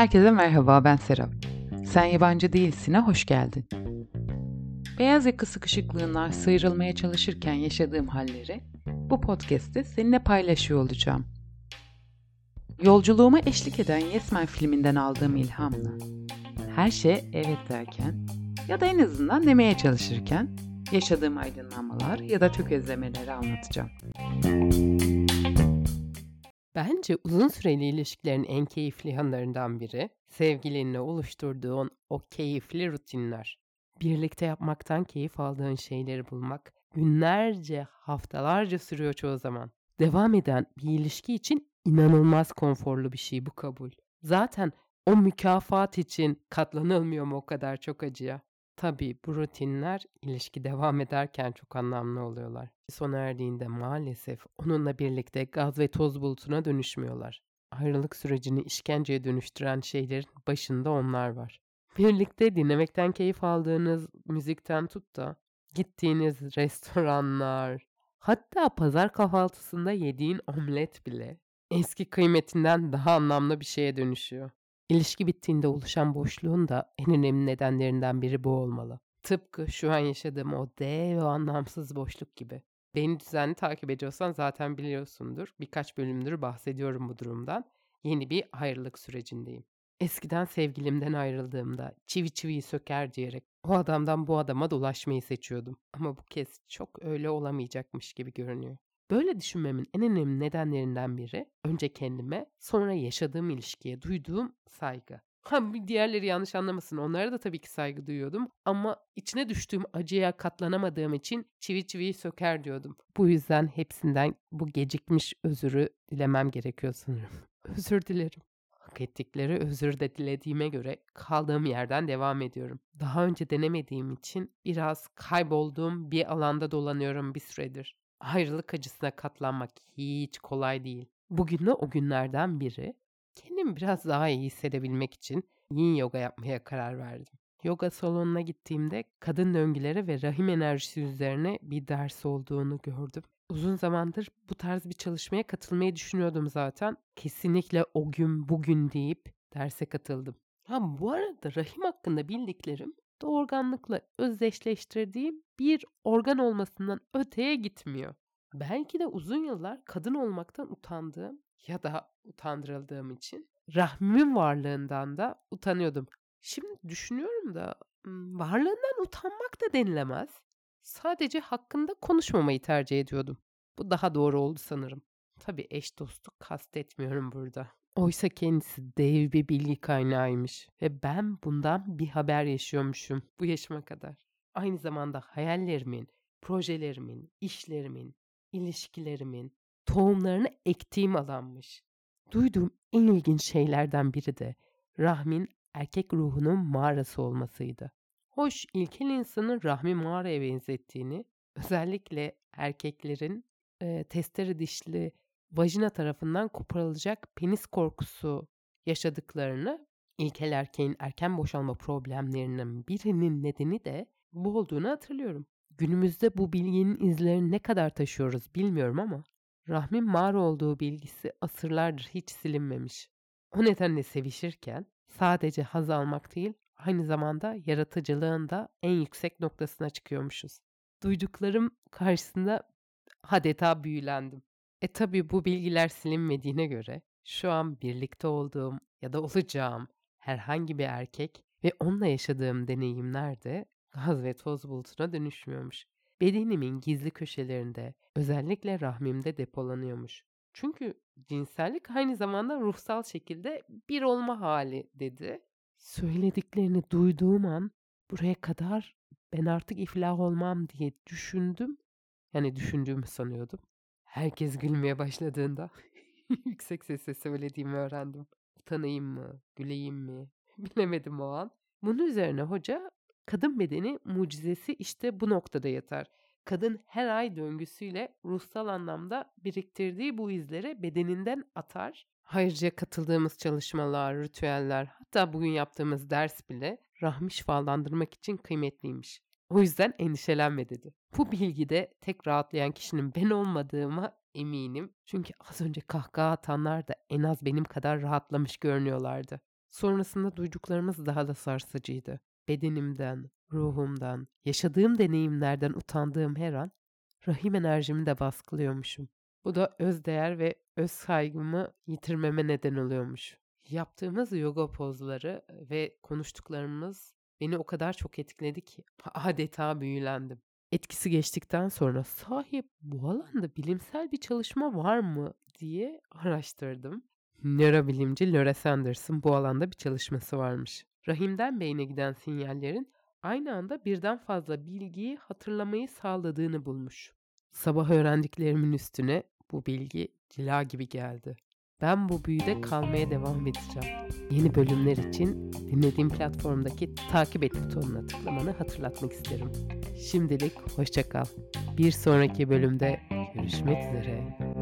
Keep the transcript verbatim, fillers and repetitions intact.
Herkese merhaba, ben Serap. Sen Yabancı Değilsin'e hoş geldin. Beyaz yaka sıkışıklığından sıyrılmaya çalışırken yaşadığım halleri bu podcast'te seninle paylaşıyor olacağım. Yolculuğuma eşlik eden Yes Man filminden aldığım ilhamla her şeye evet derken ya da en azından demeye çalışırken yaşadığım aydınlanmalar ya da tökezlemeleri anlatacağım. Bence uzun süreli ilişkilerin en keyifli yanlarından biri, sevgilinle oluşturduğun o keyifli rutinler. Birlikte yapmaktan keyif aldığın şeyleri bulmak günlerce, haftalarca sürüyor çoğu zaman. Devam eden bir ilişki için inanılmaz konforlu bir şey bu kabul. Zaten o mükafat için katlanılmıyor mu o kadar çok acıya? Tabii bu rutinler ilişki devam ederken çok anlamlı oluyorlar. Sona erdiğinde maalesef onunla birlikte gaz ve toz bulutuna dönüşmüyorlar. Ayrılık sürecini işkenceye dönüştüren şeylerin başında onlar var. Birlikte dinlemekten keyif aldığınız müzikten tut da gittiğiniz restoranlar, hatta pazar kahvaltısında yediğin omlet bile eski kıymetinden daha anlamlı bir şeye dönüşüyor. İlişki bittiğinde oluşan boşluğun da en önemli nedenlerinden biri bu olmalı. Tıpkı şu an yaşadığım o dev ve anlamsız boşluk gibi. Beni düzenli takip ediyorsan zaten biliyorsundur. Birkaç bölümdür bahsediyorum bu durumdan. Yeni bir ayrılık sürecindeyim. Eskiden sevgilimden ayrıldığımda çivi çiviyi söker diyerek o adamdan bu adama dolaşmayı seçiyordum. Ama bu kez çok öyle olamayacakmış gibi görünüyor. Böyle düşünmemin en önemli nedenlerinden biri önce kendime, sonra yaşadığım ilişkiye duyduğum saygı. Ha bir diğerleri yanlış anlamasın. Onlara da tabii ki saygı duyuyordum ama içine düştüğüm acıya katlanamadığım için çivi çiviyi söker diyordum. Bu yüzden hepsinden bu gecikmiş özürü dilemem gerekiyor sanırım. Özür dilerim. Hak ettikleri özür de dilediğime göre kaldığım yerden devam ediyorum. Daha önce denemediğim için biraz kaybolduğum bir alanda dolanıyorum bir süredir. Ayrılık acısına katlanmak hiç kolay değil. Bugün de o günlerden biri. Kendimi biraz daha iyi hissedebilmek için yin yoga yapmaya karar verdim. Yoga salonuna gittiğimde kadın döngüleri ve rahim enerjisi üzerine bir ders olduğunu gördüm. Uzun zamandır bu tarz bir çalışmaya katılmayı düşünüyordum zaten. Kesinlikle o gün bugün deyip derse katıldım. Ha bu arada rahim hakkında bildiklerim doğurganlıkla özdeşleştirdiğim bir organ olmasından öteye gitmiyor. Belki de uzun yıllar kadın olmaktan utandığım ya da utandırıldığım için rahmimin varlığından da utanıyordum. Şimdi düşünüyorum da varlığından utanmak da denilemez. Sadece hakkında konuşmamayı tercih ediyordum. Bu daha doğru oldu sanırım. Tabii eş dostu kastetmiyorum burada. Oysa kendisi dev bir bilgi kaynağıymış ve ben bundan bir haber yaşıyormuşum bu yaşıma kadar. Aynı zamanda hayallerimin, projelerimin, işlerimin, ilişkilerimin tohumlarını ektiğim alanmış. Duyduğum en ilginç şeylerden biri de rahmin erkek ruhunun mağarası olmasıydı. Hoş ilkel insanın rahmi mağaraya benzettiğini, özellikle erkeklerin e, testere dişli vajina tarafından koparılacak penis korkusu yaşadıklarını, ilkel erkeğin erken boşalma problemlerinin birinin nedeni de bu olduğunu hatırlıyorum. Günümüzde bu bilginin izlerini ne kadar taşıyoruz bilmiyorum ama rahmin mağara olduğu bilgisi asırlardır hiç silinmemiş. O nedenle sevişirken sadece haz almak değil, aynı zamanda yaratıcılığın da en yüksek noktasına çıkıyormuşuz. Duyduklarım karşısında adeta büyülendim. E tabi bu bilgiler silinmediğine göre şu an birlikte olduğum ya da olacağım herhangi bir erkek ve onunla yaşadığım deneyimler de gaz ve toz bulutuna dönüşmüyormuş. Bedenimin gizli köşelerinde, özellikle rahmimde depolanıyormuş. Çünkü cinsellik aynı zamanda ruhsal şekilde bir olma hali dedi. Söylediklerini duyduğum an buraya kadar ben artık iflah olmam diye düşündüm. Yani düşündüğümü sanıyordum. Herkes gülmeye başladığında yüksek sesle söylediğimi öğrendim. Utanayım mı, güleyim mi bilemedim o an. Bunun üzerine hoca kadın bedeni mucizesi işte bu noktada yatar. Kadın her ay döngüsüyle ruhsal anlamda biriktirdiği bu izleri bedeninden atar. Ayrıca katıldığımız çalışmalar, ritüeller, hatta bugün yaptığımız ders bile rahmi şifalandırmak için kıymetliymiş. O yüzden endişelenme dedi. Bu bilgide tek rahatlayan kişinin ben olmadığıma eminim. Çünkü az önce kahkaha atanlar da en az benim kadar rahatlamış görünüyorlardı. Sonrasında duyduklarımız daha da sarsıcıydı. Bedenimden, ruhumdan, yaşadığım deneyimlerden utandığım her an rahim enerjimi de baskılıyormuşum. Bu da özdeğer ve öz saygımı yitirmeme neden oluyormuş. Yaptığımız yoga pozları ve konuştuklarımız beni o kadar çok etkiledi ki adeta büyülendim. Etkisi geçtikten sonra sahi bu alanda bilimsel bir çalışma var mı diye araştırdım. Nörobilimci Laura Sanders'ın bu alanda bir çalışması varmış. Rahimden beyne giden sinyallerin aynı anda birden fazla bilgiyi hatırlamayı sağladığını bulmuş. Sabah öğrendiklerimin üstüne bu bilgi cila gibi geldi. Ben bu büyüde kalmaya devam edeceğim. Yeni bölümler için dinlediğim platformdaki takip et butonuna tıklamanı hatırlatmak isterim. Şimdilik hoşça kal. Bir sonraki bölümde görüşmek üzere.